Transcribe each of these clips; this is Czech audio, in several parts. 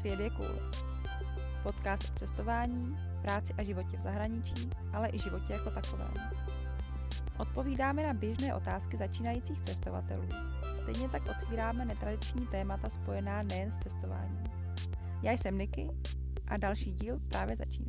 Svět je cool. Podcast o cestování, práci a životě v zahraničí, ale i životě jako takovém. Odpovídáme na běžné otázky začínajících cestovatelů. Stejně tak otvíráme netradiční témata spojená nejen s cestováním. Já jsem Niky a další díl právě začíná.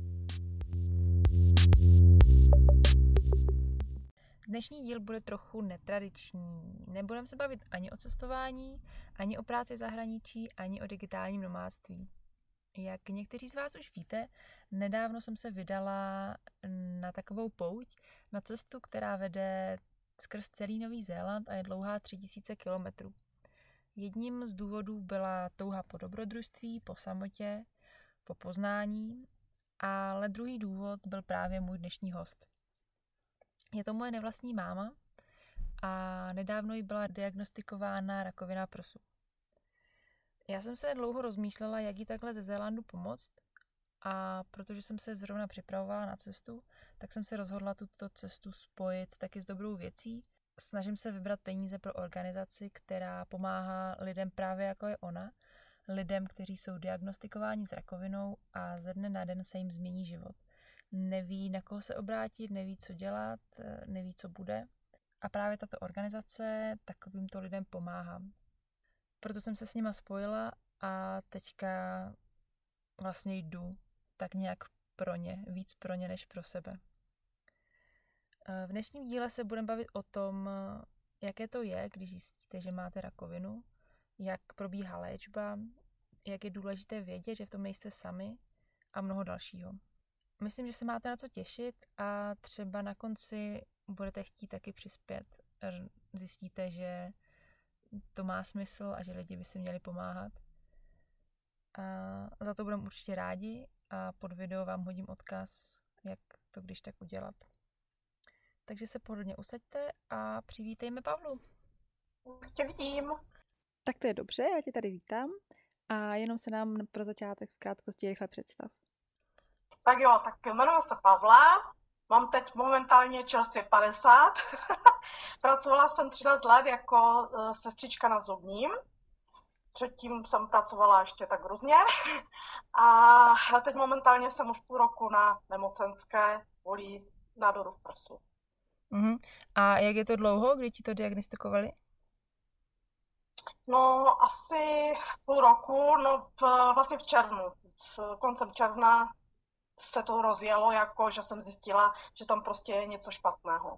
Dnešní díl bude trochu netradiční. Nebudeme se bavit ani o cestování, ani o práci v zahraničí, ani o digitálním nomádství. Jak někteří z vás už víte, nedávno jsem se vydala na takovou pouť, na cestu, která vede skrz celý Nový Zéland a je dlouhá 3000 kilometrů. Jedním z důvodů byla touha po dobrodružství, po samotě, po poznání, ale druhý důvod byl právě můj dnešní host. Je to moje nevlastní máma a nedávno jí byla diagnostikována rakovina prsu. Já jsem se dlouho rozmýšlela, jak jí takhle ze Zélandu pomoct, a protože jsem se zrovna připravovala na cestu, tak jsem se rozhodla tuto cestu spojit taky s dobrou věcí. Snažím se vybrat peníze pro organizaci, která pomáhá lidem právě jako je ona, lidem, kteří jsou diagnostikováni s rakovinou a ze dne na den se jim změní život. Neví, na koho se obrátit, neví, co dělat, neví, co bude. A právě tato organizace takovýmto lidem pomáhá. Proto jsem se s nima spojila a teďka vlastně jdu tak nějak pro ně, víc pro ně než pro sebe. V dnešním díle se budeme bavit o tom, jaké to je, když zjistíte, že máte rakovinu, jak probíhá léčba, jak je důležité vědět, že v tom nejste sami a mnoho dalšího. Myslím, že se máte na co těšit a třeba na konci budete chtít taky přispět. Zjistíte, že to má smysl a že lidi by si měli pomáhat. A za to budeme určitě rádi a pod video vám hodím odkaz, jak to když tak udělat. Takže se pohodlně usaďte a přivítejme Pavlu. Tě vidím. Tak to je dobře, já tě tady vítám a jenom se nám pro začátek v krátkosti rychle představ. Tak jo, tak jmenuji se Pavla, mám teď momentálně čerstvě 50. Pracovala jsem 13 let jako sestřička na zubním. Předtím jsem pracovala ještě tak různě. A teď momentálně jsem už půl roku na nemocenské kvůli nádoru v prsu. Uh-huh. A jak je to dlouho, kdy ti to diagnostikovali? No, asi půl roku, vlastně v červnu. Koncem června se to rozjelo, jako že jsem zjistila, že tam prostě je něco špatného.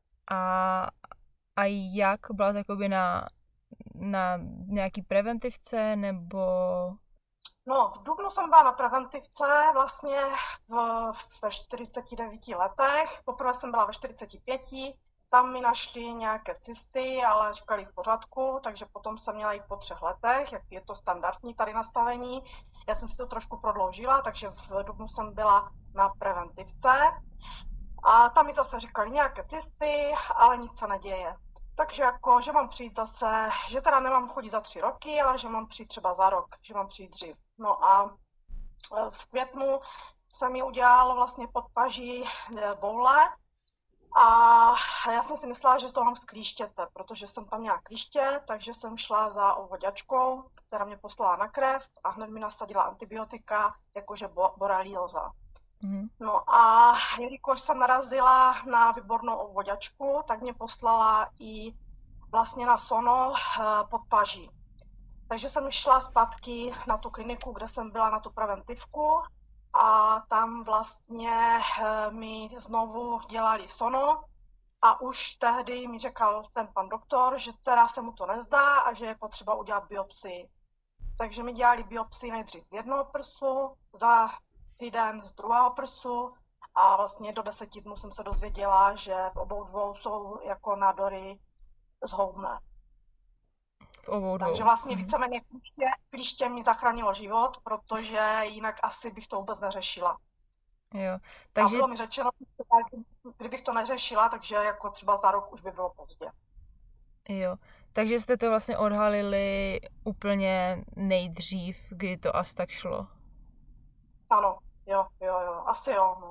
A jak? Byla to jakoby na nějaký preventivce, nebo... No, v dubnu jsem byla na preventivce vlastně ve 49 letech. Poprvé jsem byla ve 45, tam mi našli nějaké cysty, ale říkali v pořádku, takže potom jsem měla jít po 3 letech, jak je to standardní tady nastavení. Já jsem si to trošku prodloužila, takže v dubnu jsem byla na preventivce. A tam mi zase říkali nějaké cysty, ale nic se neděje. Takže jako, že mám přijít zase, že teda nemám chodit za 3 roky, ale že mám přijít třeba za rok, že mám přijít dřív. No a v květnu jsem mi udělal vlastně pod paží boule a já jsem si myslela, že to mám z klíštěte, protože jsem tam měla klíště, takže jsem šla za obvoďačkou, která mě poslala na krev a hned mi nasadila antibiotika, jakože borelioza. No a jelikož jsem narazila na výbornou obvoďačku, tak mě poslala i vlastně na sono pod paží. Takže jsem šla zpátky na tu kliniku, kde jsem byla na tu preventivku a tam vlastně mi znovu dělali sono a už tehdy mi řekl ten pan doktor, že teda se mu to nezdá a že je potřeba udělat biopsii. Takže mi dělali biopsii nejdřív z jednoho prsu, za týden z druhého prsu a vlastně do 10 dnů jsem se dozvěděla, že v obou dvou jsou jako nádory zhoubné. V obou dvou. Takže vlastně víceméně klíště mi zachránilo život, protože jinak asi bych to vůbec neřešila. Jo, takže... A bylo mi řečeno, kdybych to neřešila, takže jako třeba za rok už by bylo pozdě. Jo, takže jste to vlastně odhalili úplně nejdřív, kdy to asi tak šlo. Ano, jo, asi jo, no.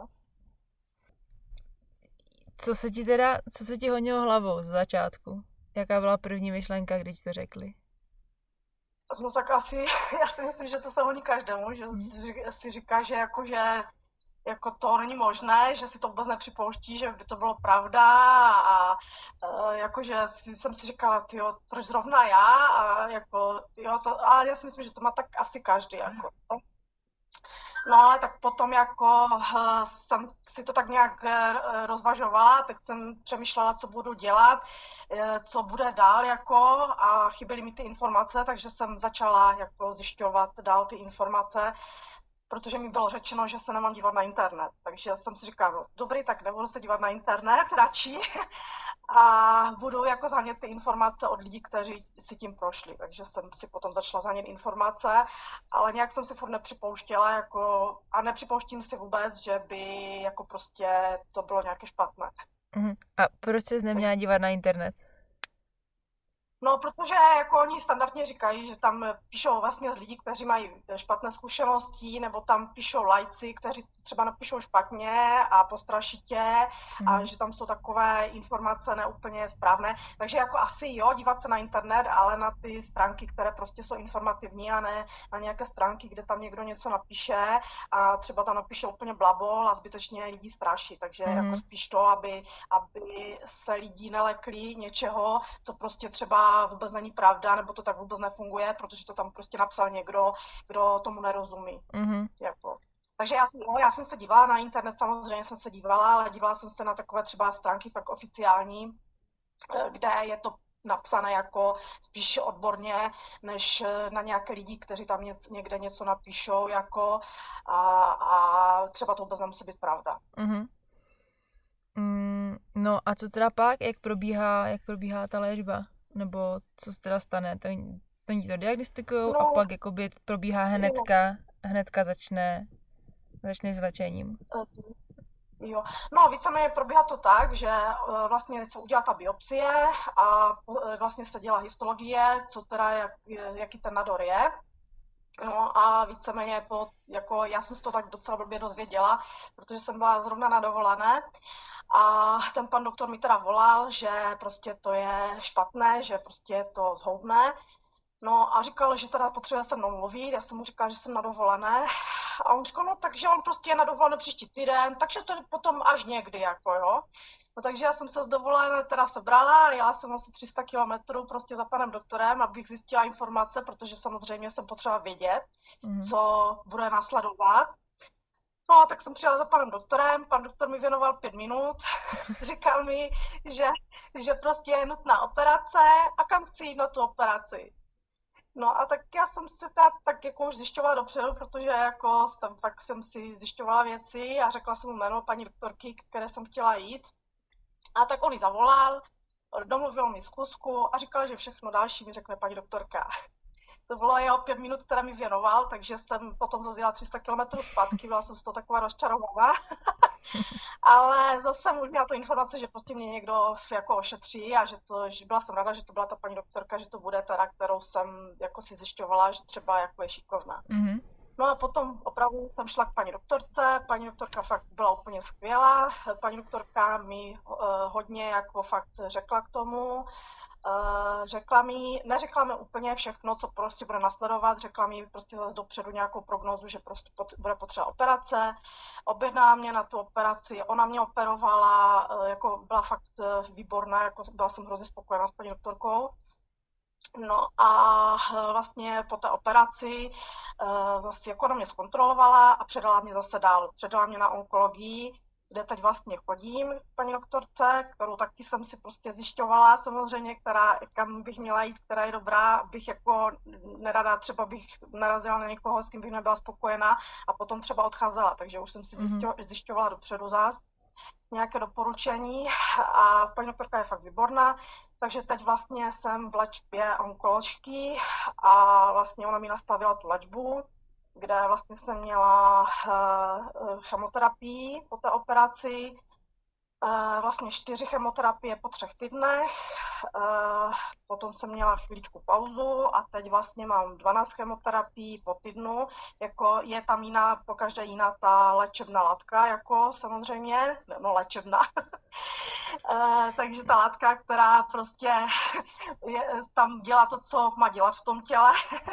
Co se ti honilo hlavou z začátku? Jaká byla první myšlenka, když ti to řekli? No tak asi, já si myslím, že to se hodí každému, že si říká, že jako to není možné, že si to vůbec nepřipouští, že by to bylo pravda a jakože jsem si říkala, tyjo, proč zrovna já a jako, jo, a já si myslím, že to má tak asi každý, jako. No ale tak potom jako jsem si to tak nějak rozvažovala, teď jsem přemýšlela, co budu dělat, co bude dál jako a chyběly mi ty informace, takže jsem začala jako zjišťovat dál ty informace, protože mi bylo řečeno, že se nemám dívat na internet. Takže jsem si říkala, no dobrý, tak nebudu se dívat na internet radši a budu jako zahánět ty informace od lidí, kteří si tím prošli. Takže jsem si potom začala zahánět informace, ale nějak jsem si furt nepřipouštěla jako, a nepřipouštím si vůbec, že by jako prostě to bylo nějaké špatné. A proč ses neměla dívat na internet? No, protože jako oni standardně říkají, že tam píšou vlastně z lidí, kteří mají špatné zkušenosti, nebo tam píšou lajci, kteří třeba napíšou špatně a postraší tě a že tam jsou takové informace neúplně správné. Takže jako asi jo, dívat se na internet, ale na ty stránky, které prostě jsou informativní a ne na nějaké stránky, kde tam někdo něco napíše a třeba tam napíše úplně blabol a zbytečně lidi straší. Takže jako spíš to, aby se lidi nelekli něčeho, co prostě třeba vůbec není pravda, nebo to tak vůbec nefunguje, protože to tam prostě napsal někdo, kdo tomu nerozumí. Jako. Takže já jsem se dívala na internet, samozřejmě jsem se dívala, ale dívala jsem se na takové třeba stránky fakt oficiální, kde je to napsané jako spíš odborně, než na nějaké lidi, kteří tam někde něco napíšou jako a třeba to vůbec nemusí být pravda. No a co teda pak, jak probíhá ta léčba? Nebo co se teda stane? To ti to diagnostikujou a pak jakoby probíhá hnedka začne s léčením. Jo. No, víceméně probíhá to tak, že vlastně se udělá ta biopsie a vlastně se dělá histologie, co teda, jaký ten nádor je. No a víceméně jako já jsem si to tak docela blbě dozvěděla, protože jsem byla zrovna na dovolené a ten pan doktor mi teda volal, že prostě to je špatné, že prostě je to zhoubné. No a říkal, že teda potřebuje se mnou mluvit, já jsem mu říkala, že jsem na dovolené. A on říkal, no takže on prostě je na dovolené příští týden, takže to je potom až někdy, jako jo. No takže já jsem se z dovolené teda sebrala, jela jsem asi 300 kilometrů prostě za panem doktorem, abych zjistila informace, protože samozřejmě jsem potřeba vědět, co bude následovat. No, tak jsem přijela za panem doktorem, pan doktor mi věnoval 5 minut, říkal mi, že prostě je nutná operace a kam chci jít na tu operaci. No a tak já jsem si tak jako už zjišťovala dopředu, protože jako jsem si zjišťovala věci a řekla jsem mu jméno paní doktorky, které jsem chtěla jít. A tak on ji zavolal, domluvil mi schůzku a říkal, že všechno další mi řekne paní doktorka. To bylo jeho 5 minut, které mi věnoval, takže jsem potom zazjela 300 km zpátky, byla jsem z toho taková rozčarovaná. Ale zase jsem už měla tu informaci, že prostě mě někdo jako ošetří a že byla jsem ráda, že to byla ta paní doktorka, že to bude teda, kterou jsem jako si zjišťovala, že třeba jako je šikovná. No a potom opravdu jsem šla k paní doktorce, paní doktorka fakt byla úplně skvělá, paní doktorka mi hodně jako fakt řekla k tomu, neřekla mi úplně všechno, co prostě bude nasledovat, řekla mi prostě zase dopředu nějakou prognózu, že prostě bude potřeba operace, objednala mě na tu operaci, ona mě operovala, jako byla fakt výborná, jako byla jsem hrozně spokojená s paní doktorkou. No a vlastně po té operaci zase jako ona mě zkontrolovala a předala mě zase dál, předala mě na onkologii, kde teď vlastně chodím k paní doktorce, kterou taky jsem si prostě zjišťovala samozřejmě, kam bych měla jít, která je dobrá, bych jako nerada, třeba bych narazila na někoho, s kým bych nebyla spokojená a potom třeba odcházela, takže už jsem si zjišťovala dopředu zás nějaké doporučení a paní doktorka je fakt výborná, takže teď vlastně jsem v léčbě onkoložky a vlastně ona mi nastavila tu léčbu, kde vlastně jsem měla chemoterapii po té operaci vlastně 4 chemoterapie po 3 týdnech, potom jsem měla chvíličku pauzu a teď vlastně mám 12 chemoterapií po týdnu, jako je tam jiná, pokaždé jiná ta léčebná látka, jako samozřejmě, no léčebná, takže ta látka, která prostě tam dělá to, co má dělat v tom těle.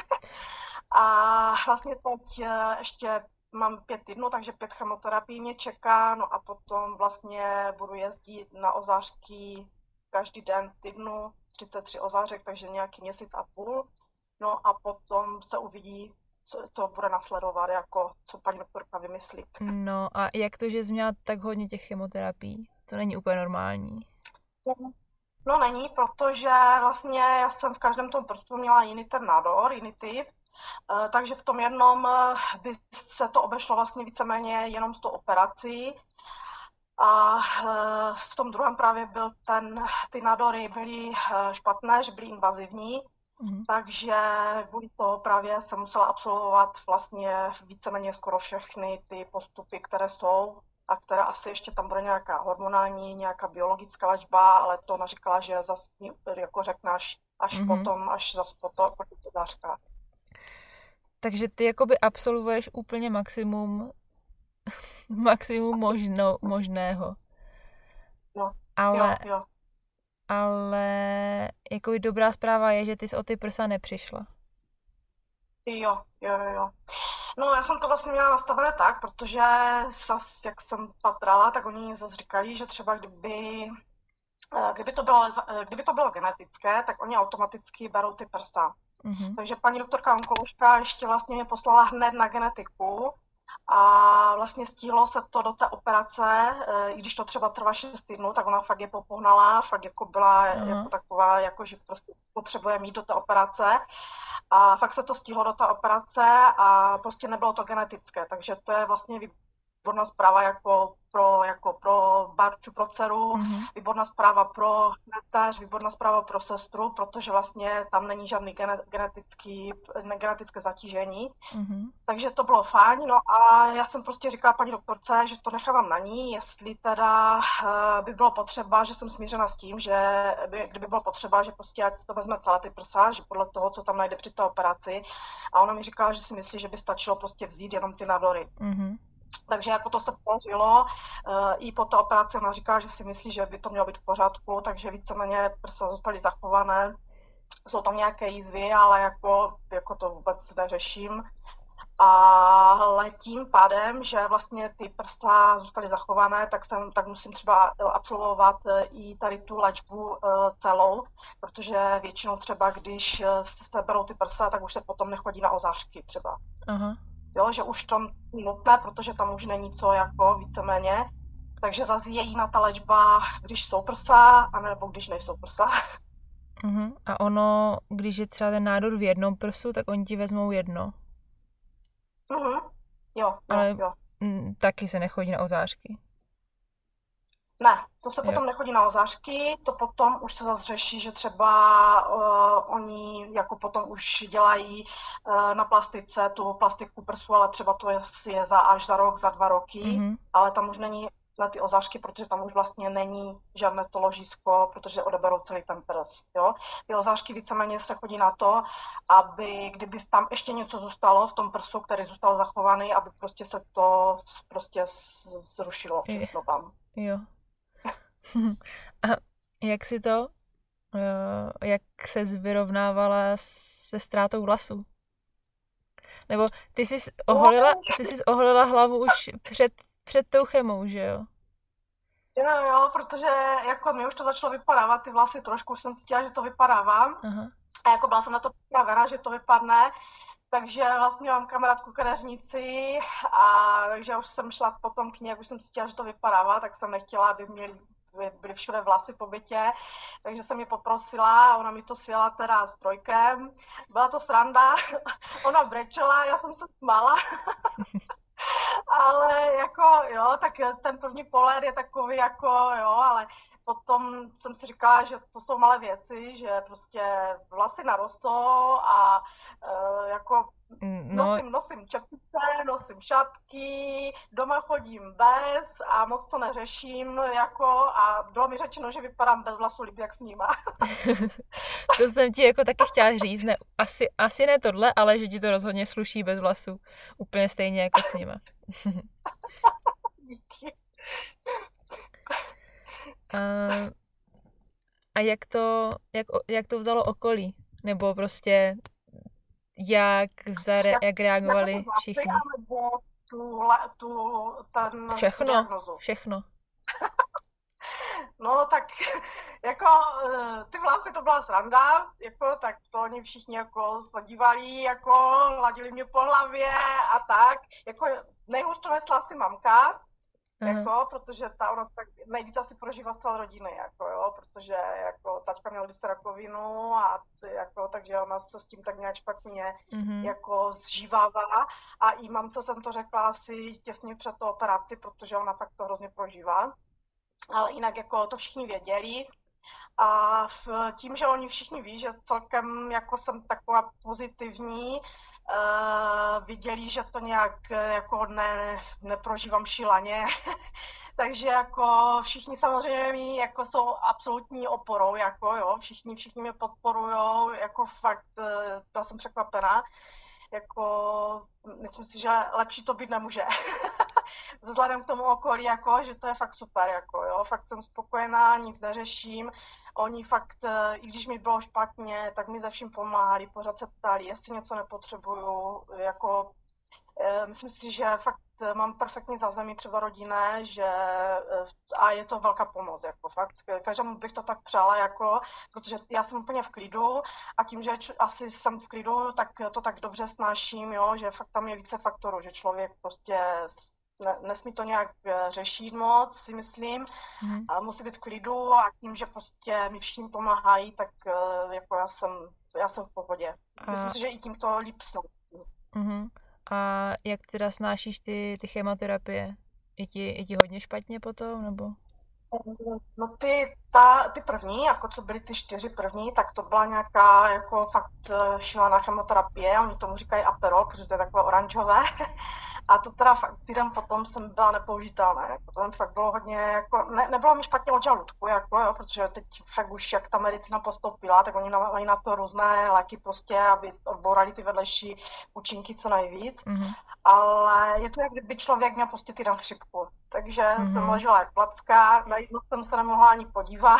A vlastně teď ještě mám 5 týdnů, takže 5 chemoterapií mě čeká, no a potom vlastně budu jezdit na ozářky každý den v týdnu, 33 ozářek, takže nějaký měsíc a půl. No a potom se uvidí, co bude nasledovat, jako co paní doktorka vymyslí. No a jak to, že jsi měla tak hodně těch chemoterapií? To není úplně normální. No není, protože vlastně já jsem v každém tom prstu měla jiný ten nádor, jiný typ. Takže v tom jednom by se to obešlo vlastně víceméně jenom s tou operací. A v tom druhém právě ty nádory byly špatné, že byly invazivní. Takže kvůli toho právě jsem musela absolvovat vlastně víceméně skoro všechny ty postupy, které jsou a které asi ještě tam bude nějaká hormonální, nějaká biologická léčba, ale to ona říkala, že zase jako řekneš až potom, až zase potom, pokud to dá říkat. Takže ty jakoby absolvuješ úplně maximum možného. No, jo. Ale jakoby dobrá zpráva je, že ty jsi o ty prsa nepřišla. Jo. No já jsem to vlastně měla nastavené tak, protože jak jsem patrala, tak oni zase říkali, že třeba kdyby to bylo genetické, tak oni automaticky berou ty prsa. Takže paní doktorka onkoložka ještě vlastně mě poslala hned na genetiku a vlastně stihlo se to do té operace, i když to třeba trvá 6 týdnů, tak ona fakt je popohnala, fakt jako byla jako taková, jako že prostě potřebuje mít do té operace a fakt se to stihlo do té operace a prostě nebylo to genetické, takže to je vlastně výborná zpráva jako pro Barču, pro dceru, výborná zpráva pro neteř, výborná zpráva pro sestru, protože vlastně tam není žádný genetické zatížení. Takže to bylo fajn. No a já jsem prostě říkala paní doktorce, že to nechávám na ní, jestli teda by bylo potřeba, že jsem smířena s tím, že kdyby bylo potřeba, že prostě ať to vezme celé ty prsa, že podle toho, co tam najde při té operaci. A ona mi říkala, že si myslí, že by stačilo prostě vzít jenom ty nádory. Takže jako to se podařilo, i po té operaci ona říká, že si myslí, že by to mělo být v pořádku, takže víceméně prsa zůstaly zachované. Jsou tam nějaké jízvy, ale jako to vůbec neřeším. Ale tím pádem, že vlastně ty prsa zůstaly zachované, tak musím třeba absolvovat i tady tu léčbu celou, protože většinou třeba, když se berou ty prsa, tak už se potom nechodí na ozářky třeba. Jo, že už to není nutné, protože tam už není co jako víceméně. Takže zase je jiná ta léčba, když jsou prsa, anebo když nejsou prsa. A ono, když je třeba ten nádor v jednom prsu, tak oni ti vezmou jedno. Jo. Taky se nechodí na ozářky. Ne, to se potom nechodí na ozářky, to potom už se zase řeší, že třeba oni jako potom už dělají na plastice tu plastiku prsu, ale třeba to je až za rok, za 2 roky, ale tam už není na ty ozářky, protože tam už vlastně není žádné to ložisko, protože odeberou celý ten prs. Jo? Ty ozářky víceméně se chodí na to, aby kdyby tam ještě něco zůstalo v tom prsu, který zůstal zachovaný, aby prostě se to prostě zrušilo všechno tam. Jo. A jak se vyrovnávala se ztrátou vlasu? Nebo ty jsi oholila hlavu už před tou chemou, že jo? Jo, protože jako mi už to začalo vypadávat, ty vlasy trošku, už jsem cítila, že to vypadávám. A jako byla jsem na to připravená, že to vypadne. Takže vlastně mám kamarádku kadeřnici a takže už jsem šla potom k ní, jak už jsem cítila, že to vypadává, tak jsem nechtěla, aby byly všude vlasy po bytě, takže jsem ji poprosila a ona mi to sjela teda s trojkem. Byla to sranda, ona brečela, já jsem se smála. Ale jako jo, tak ten první pohled je takový jako jo, ale potom jsem si říkala, že to jsou malé věci, že prostě vlasy narostou a jako No, nosím čepice, nosím šatky, doma chodím bez a moc to neřeším, jako a bylo mi řečeno, že vypadám bez vlasů líp jak s nima. to jsem ti jako taky chtěla říct, ne, asi ne tohle, ale že ti to rozhodně sluší bez vlasů. Úplně stejně jako s nima. Díky. A jak to vzalo okolí? Nebo prostě jak reagovali všichni? Nebo Všechno. No tak jako ty vlasy to byla sranda, jako tak to oni všichni jako se dívali, jako hladili mě po hlavě a tak, jako nejhůř to nesla asi mamka, jako, protože ta ona tak nejvíc asi prožívá z celé rodiny, jako jo, protože jako taťka měla kdysi rakovinu a jako, takže ona se s tím tak nějak špatně jako zžívává a i mamce jsem to řekla asi těsně před tou operaci, protože ona fakt to hrozně prožívá. Ale jinak jako to všichni věděli a tím, že oni všichni ví, že celkem jako jsem taková pozitivní, viděli, že to nějak jako neprožívám šíleně, takže jako všichni samozřejmě mi jako jsou absolutní oporou, jako jo, všichni mě podporujou, jako fakt, byla jsem překvapená. Jako, myslím si, že lepší to být nemůže. Vzhledem k tomu okolí, jako, že to je fakt super, jako, jo, fakt jsem spokojená, nic neřeším. Oni fakt, i když mi bylo špatně, tak mi ze vším pomáhali, pořád se ptali, jestli něco nepotřebuju, jako, myslím si, že fakt mám perfektní zázemí třeba rodinné, že a je to velká pomoc, jako fakt, každému bych to tak přála, jako, protože já jsem úplně v klidu a tím, že asi jsem v klidu, tak to tak dobře snáším, jo, že fakt tam je více faktorů, že člověk prostě nesmí to nějak řešit moc, si myslím, a musí být v klidu a tím, že prostě mi všichni pomáhají, tak jako já jsem v pohodě. Myslím si, že i tím to líp snáším. A jak teda snášíš ty chemoterapie? Je ti hodně špatně potom, nebo? No ty první, jako co byly ty 4 první, tak to byla nějaká jako fakt šílená chemoterapie, oni tomu říkají Aperol, protože to je takové oranžové. A to teda fakt týden potom jsem byla nepoužitelná, jako to fakt bylo hodně, jako, nebylo mi špatně od žaludku, jako jo, protože teď fakt už jak ta medicína postoupila, tak oni mají na to různé léky prostě, aby odbourali ty vedlejší účinky co nejvíc, ale je to jak kdyby člověk měl prostě týden chřipku, takže jsem ležela jak placka, na jedno jsem se nemohla ani podívat.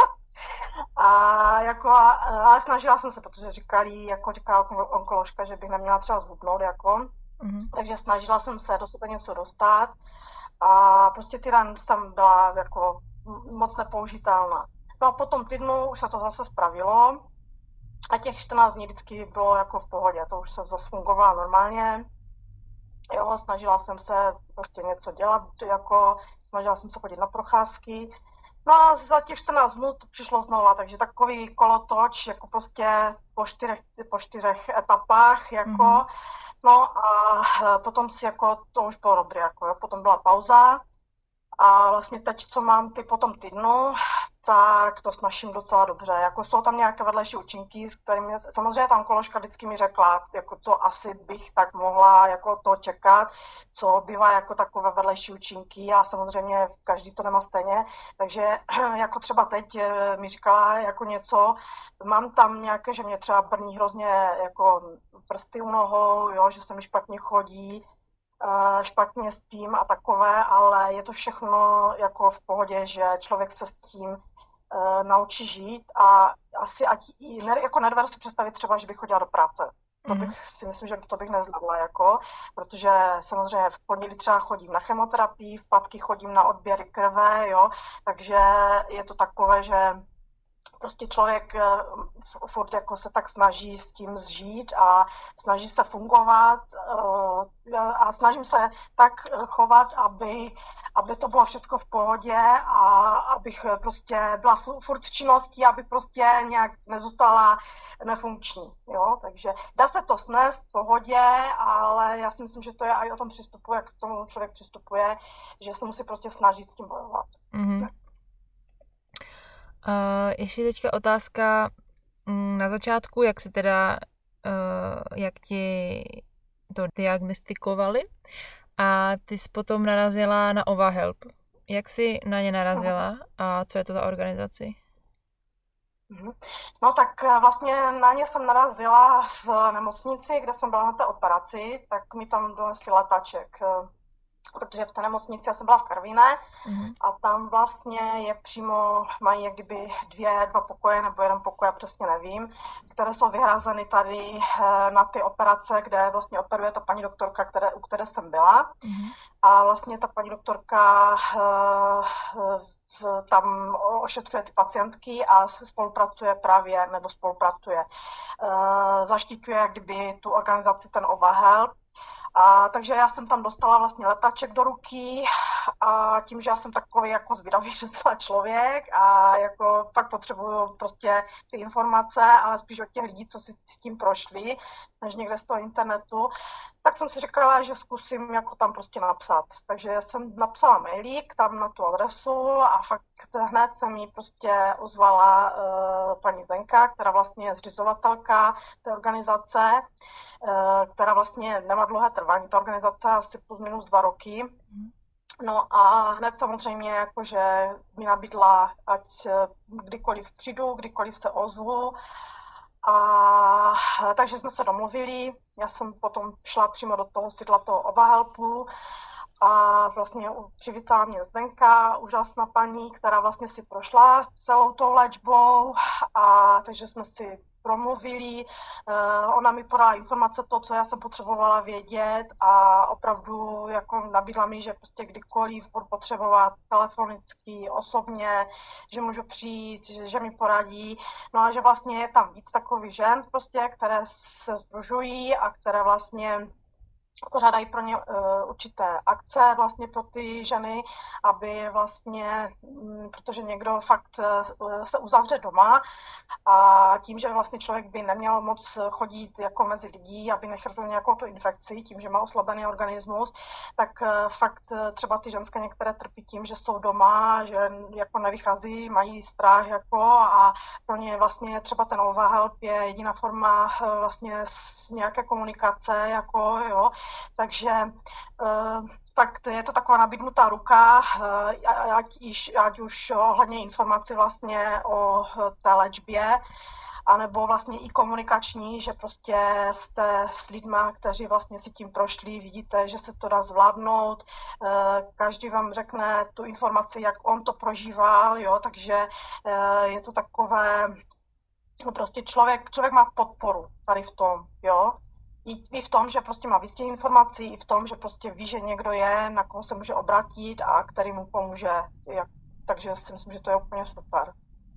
Ale snažila jsem se, protože říkala onkoložka, že bych neměla třeba zhubnout, jako. Takže snažila jsem se do sebe něco dostat a prostě týden jsem byla jako moc nepoužitelná. No a po tom týdnu už se to zase spravilo a těch 14 dní vždycky bylo jako v pohodě, to už se zase fungovalo normálně. Jo, snažila jsem se prostě něco dělat, jako snažila jsem se chodit na procházky. No a za těch 14 dnů to přišlo znova, takže takový kolotoč, jako prostě po čtyřech etapách, jako. No a potom si jako, to už bylo dobré, jako jo, potom byla pauza a vlastně teď, co mám po tom týdnu, tak to snažím docela dobře, jako jsou tam nějaké vedlejší účinky, s kterými, samozřejmě ta onkoložka vždycky mi řekla, jako co asi bych tak mohla jako to čekat, co bývá jako takové vedlejší účinky a samozřejmě každý to nemá stejně, takže jako třeba teď mi říkala jako něco, mám tam nějaké, že mě třeba brní hrozně jako prsty u nohou, jo, že se mi špatně chodí, špatně spím a takové, ale je to všechno jako v pohodě, že člověk se s tím naučí žít a asi jako nedovedu si představit třeba, že bych chodila do práce. To bych si myslím, že to bych nezvládla, jako, protože samozřejmě v pondělí třeba chodím na chemoterapii, v pátky chodím na odběry krve, jo, takže je to takové, že prostě člověk furt jako se tak snaží s tím zžít a snaží se fungovat a snažím se tak chovat, aby to bylo všechno v pohodě a abych prostě byla furt v činnosti, aby prostě nějak nezůstala nefunkční, jo, takže dá se to snést v pohodě, ale já si myslím, že to je i o tom přístupu, jak k tomu člověk přistupuje, že se musí prostě snažit s tím bojovat. Ještě teďka otázka na začátku, jak si teda, jak ti to diagnostikovali a ty jsi potom narazila na OVA Help. Jak jsi na ně narazila a co je to za organizaci? No tak vlastně na ně jsem narazila v nemocnici, kde jsem byla na té operaci, tak mi tam donesli letáček, protože v té nemocnici, já jsem byla v Karviné a tam vlastně je přímo, mají jak kdyby dva pokoje nebo jeden pokoj, já přesně nevím, které jsou vyhrazeny tady na ty operace, kde vlastně operuje ta paní doktorka, u které jsem byla. A vlastně ta paní doktorka tam ošetřuje ty pacientky a zaštiťuje jak kdyby tu organizaci, ten OVA Help. Takže já jsem tam dostala vlastně letáček do ruky a tím, že já jsem takový jako zvědavý docela člověk a jako fakt potřebuju prostě ty informace, ale spíš od těch lidí, co si s tím prošli, než někde z toho internetu, tak jsem si říkala, že zkusím jako tam prostě napsat. Takže jsem napsala mailík tam na tu adresu a fakt hned se mi prostě ozvala paní Zdenka, která vlastně je zřizovatelka té organizace, která vlastně nemá dlouhé trvání, ta organizace asi plus minus 2 roky. No a hned samozřejmě jakože mi nabídla, ať kdykoliv přijdu, kdykoliv se ozvu. Takže jsme se domluvili, já jsem potom šla přímo do toho sídla toho OVA Helpu a vlastně přivítala mě Zdenka, úžasná paní, která vlastně si prošla celou tou léčbou, takže jsme si promluvili, ona mi podala informace to, co já jsem potřebovala vědět a opravdu jako nabídla mi, že prostě kdykoliv budu potřebovat telefonicky, osobně, že můžu přijít, že mi poradí, no a že vlastně je tam víc takových žen prostě, které se sdružují a které vlastně pořádají pro ně určité akce vlastně pro ty ženy, aby vlastně, protože někdo fakt se uzavře doma a tím, že vlastně člověk by neměl moc chodit jako mezi lidí, aby nechytl nějakou tu infekci, tím, že má oslabený organismus, tak fakt třeba ty ženské některé trpí tím, že jsou doma, že jako nevychází, mají strach jako a pro ně vlastně třeba ten OVA Help je jediná forma vlastně nějaké komunikace, jako jo. Takže tak je to taková nabídnutá ruka, ať už ohledně informací vlastně o té léčbě, anebo vlastně i komunikační, že prostě jste s lidma, kteří vlastně si tím prošli, vidíte, že se to dá zvládnout, každý vám řekne tu informaci, jak on to prožíval, jo, takže je to takové, prostě člověk má podporu tady v tom, jo. I v tom, že prostě má víc těch informací, i v tom, že prostě ví, že někdo je, na koho se může obrátit a který mu pomůže. Takže si myslím, že to je úplně super.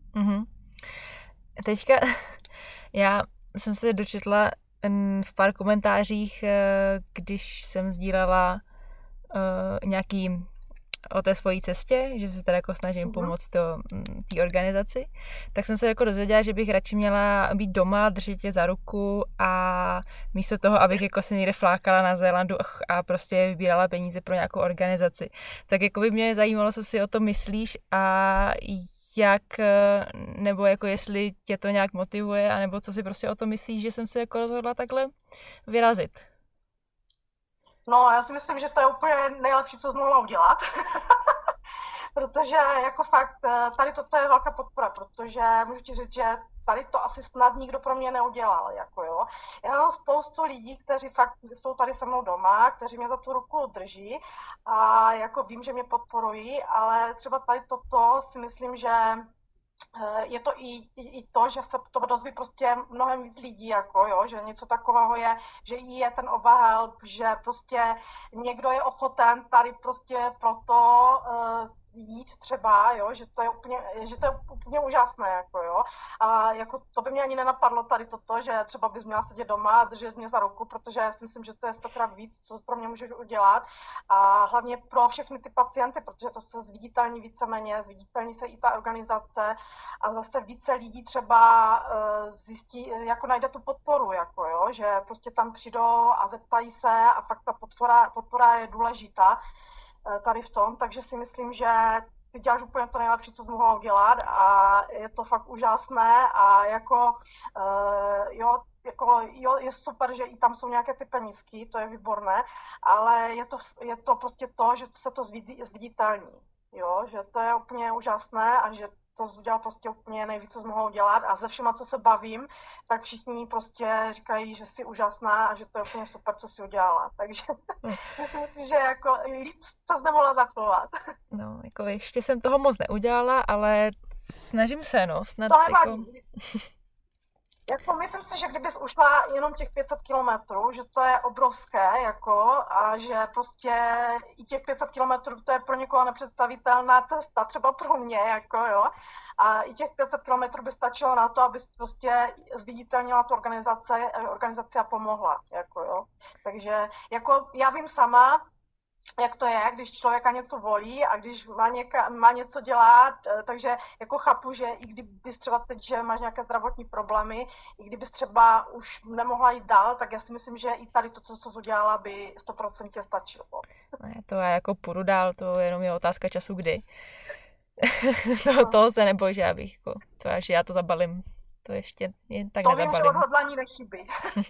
Teďka já jsem se dočetla v pár komentářích, když jsem sdílela nějaký o té svojí cestě, že se teda jako snažím pomoct té organizaci, tak jsem se jako dozvěděla, že bych radši měla být doma, držet tě za ruku a místo toho, abych jako se někde flákala na Zélandu a prostě vybírala peníze pro nějakou organizaci. Tak jako by mě zajímalo, co si o tom myslíš a jak, nebo jako jestli tě to nějak motivuje, anebo co si prostě o tom myslíš, že jsem se jako rozhodla takhle vyrazit. No, já si myslím, že to je úplně nejlepší, co jsi mohla udělat. Protože jako fakt, tady toto je velká podpora, protože můžu ti říct, že tady to asi snad nikdo pro mě neudělal, jako jo. Já mám spoustu lidí, kteří fakt jsou tady se mnou doma, kteří mě za tu ruku drží a jako vím, že mě podporují, ale třeba tady toto si myslím, že je to i to, že se to dozví prostě mnohem víc lidí, jako jo, že něco takového je, že i je ten OVA Help, že prostě někdo je ochoten tady prostě proto jít třeba, jo, že to je úplně úžasné, jako jo. A jako to by mě ani nenapadlo tady toto, že třeba bys měla sedět doma a držet mě za ruku, protože já si myslím, že to je 100krát víc, co pro mě můžeš udělat. A hlavně pro všechny ty pacienty, protože to se zviditelní víceméně, zviditelní se i ta organizace a zase více lidí třeba zjistí, jako najde tu podporu, jako jo, že prostě tam přijdou a zeptají se a fakt ta podpora je důležitá tady v tom, takže si myslím, že ty děláš úplně to nejlepší, co jsi mohla udělat a je to fakt úžasné a jako jo, je super, že i tam jsou nějaké ty penízky, to je výborné, ale je to prostě to, že se to zviditelní, jo, že to je úplně úžasné a že to udělal prostě úplně nejvíc, co jsi mohla udělat a se všema, co se bavím, tak všichni prostě říkají, že jsi úžasná a že to je úplně super, co jsi udělala. Takže myslím si, že jako líp se nemohla zachovat. No, jako ještě jsem toho moc neudělala, ale snažím se, no, snad to jako... Jako myslím si, že kdybys ušla jenom těch 500 kilometrů, že to je obrovské, jako, a že prostě i těch 500 kilometrů to je pro někoho nepředstavitelná cesta, třeba pro mě, jako jo. A i těch 500 kilometrů by stačilo na to, abys prostě zviditelnila tu organizaci a pomohla, jako jo. Takže jako já vím sama, jak to je, když člověka něco volí a když má něco dělat, takže jako chápu, že i kdybys třeba teď, že máš nějaké zdravotní problémy, i kdybys třeba už nemohla jít dál, tak já si myslím, že i tady to, co jsi udělala, by 100% stačilo. Ne, to já jako půjdu dál, to jenom je otázka času, kdy. Toho se neboj, že já bych, jako, to až já to zabalím, to ještě jen tak nezabalím. To vím, že odhodlání nechybí.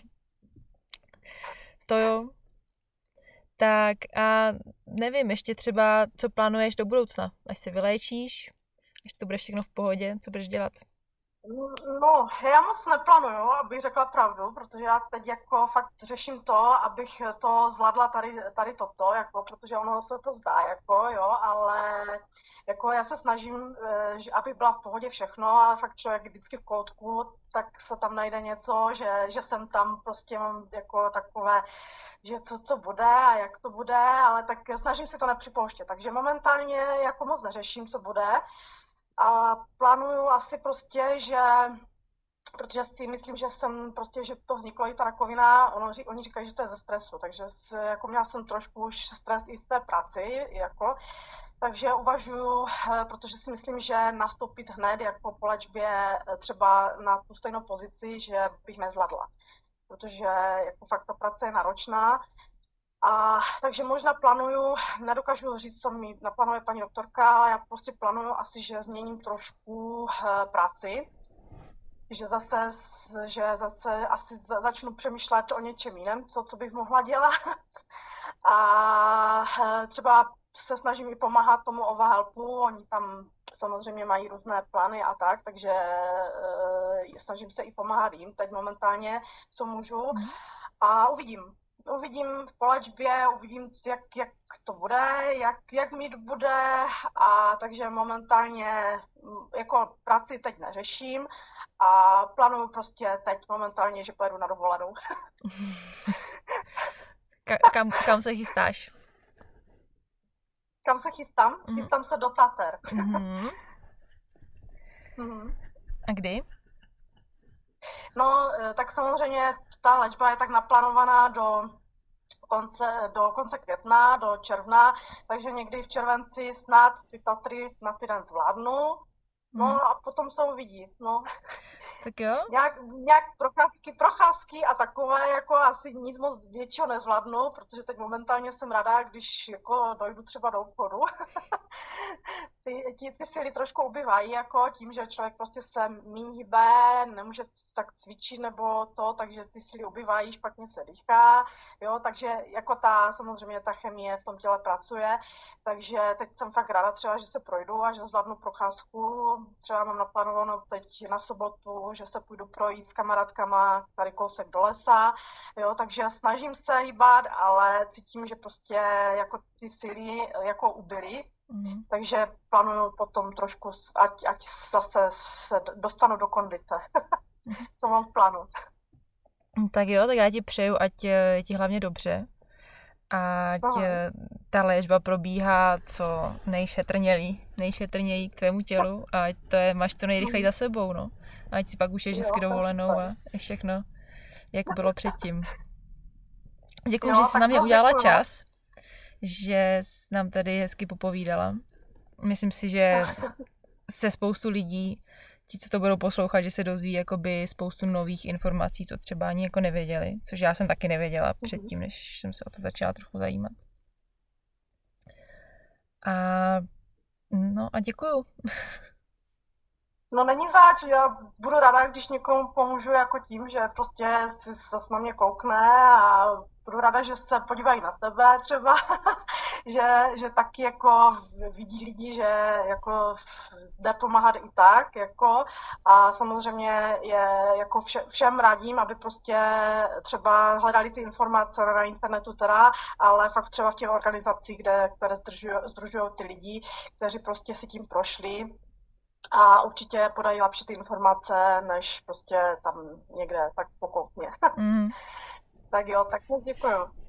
To jo. Tak a nevím, ještě třeba, co plánuješ do budoucna, až se vyléčíš, až to bude všechno v pohodě, co budeš dělat? No, já moc neplánuju, abych řekla pravdu, protože já teď jako fakt řeším to, abych to zvládla tady toto, jako, protože ono se to zdá, jako, jo, ale jako já se snažím, aby byla v pohodě všechno a fakt člověk vždycky v koutku, tak se tam najde něco, že jsem tam prostě mám jako takové, že co bude a jak to bude, ale tak snažím si to nepřipouštět, takže momentálně jako moc neřeším, co bude. A plánuju asi prostě, že, protože si myslím, že že to vzniklo i ta rakovina, oni říkají, že to je ze stresu, takže jako měla jsem trošku už stres i z té práci, jako, takže uvažuju, protože si myslím, že nastoupit hned jako po léčbě třeba na tu stejnou pozici, že bych nezvládla, protože jako fakt ta práce je náročná. A takže možná plánuju, nedokážu říct, co mi naplánuje paní doktorka, ale já prostě plánuju asi, že změním trošku práci, že zase asi začnu přemýšlet o něčem jiném, co bych mohla dělat. A třeba se snažím i pomáhat tomu OVA Helpu, oni tam samozřejmě mají různé plány a tak, takže snažím se i pomáhat jim teď momentálně, co můžu. A uvidím po léčbě, uvidím, jak to bude, jak mít bude, a takže momentálně jako práci teď neřeším a plánuju prostě teď momentálně, že pojedu na dovolenou. Kam se chystáš? Kam se chystám? Chystám se do Tater. A kdy? No, tak samozřejmě ta léčba je tak naplánovaná do konce května, do června, takže někdy v červenci snad ty Tatry na týden zvládnu, no a potom se uvidí, no. Tak jo? Nějak procházky a takové, jako asi nic moc většího nezvládnu, protože teď momentálně jsem ráda, když jako dojdu třeba do obchodu. Ty síly trošku ubývají, jako tím, že člověk prostě se míň hýbe, nemůže tak cvičit nebo to, takže ty síly ubývají, špatně se dýchá, jo, takže jako samozřejmě ta chemie v tom těle pracuje, takže teď jsem fakt ráda třeba, že se projdu a že zvládnu procházku, třeba mám naplánovanou teď na sobotu, že se půjdu projít s kamarádkama tady kousek do lesa, jo, takže snažím se hýbat, ale cítím, že prostě jako ty síly jako ubyly, takže plánuju potom trošku, ať zase se dostanu do kondice. To mám v plánu. Tak jo, tak já ti přeju, ať je ti hlavně dobře. Ať ta léčba probíhá co nejšetrněji k tvému tělu a ať to máš co nejrychleji za sebou, no. A ať si pak už je hezky dovolenou a všechno, jak bylo předtím. Děkuju, že jsi na mě udělala čas, že jsi nám tady hezky popovídala. Myslím si, že se spoustu lidí, ti, co to budou poslouchat, že se dozví jakoby spoustu nových informací, co třeba ani jako nevěděli, což já jsem taky nevěděla předtím, než jsem se o to začala trochu zajímat. A No a děkuju. No není zač, já budu ráda, když někomu pomůžu jako tím, že prostě si zase na mě koukne a budu ráda, že se podívají na tebe třeba, že taky jako vidí lidi, že jako jde pomáhat i tak, jako a samozřejmě je jako všem radím, aby prostě třeba hledali ty informace na internetu teda, ale fakt třeba v těch organizacích, které sdružují ty lidi, kteří prostě si tím prošli, a určitě podají lepší ty informace, než prostě tam někde tak pokoutně. Tak jo, tak moc děkuju.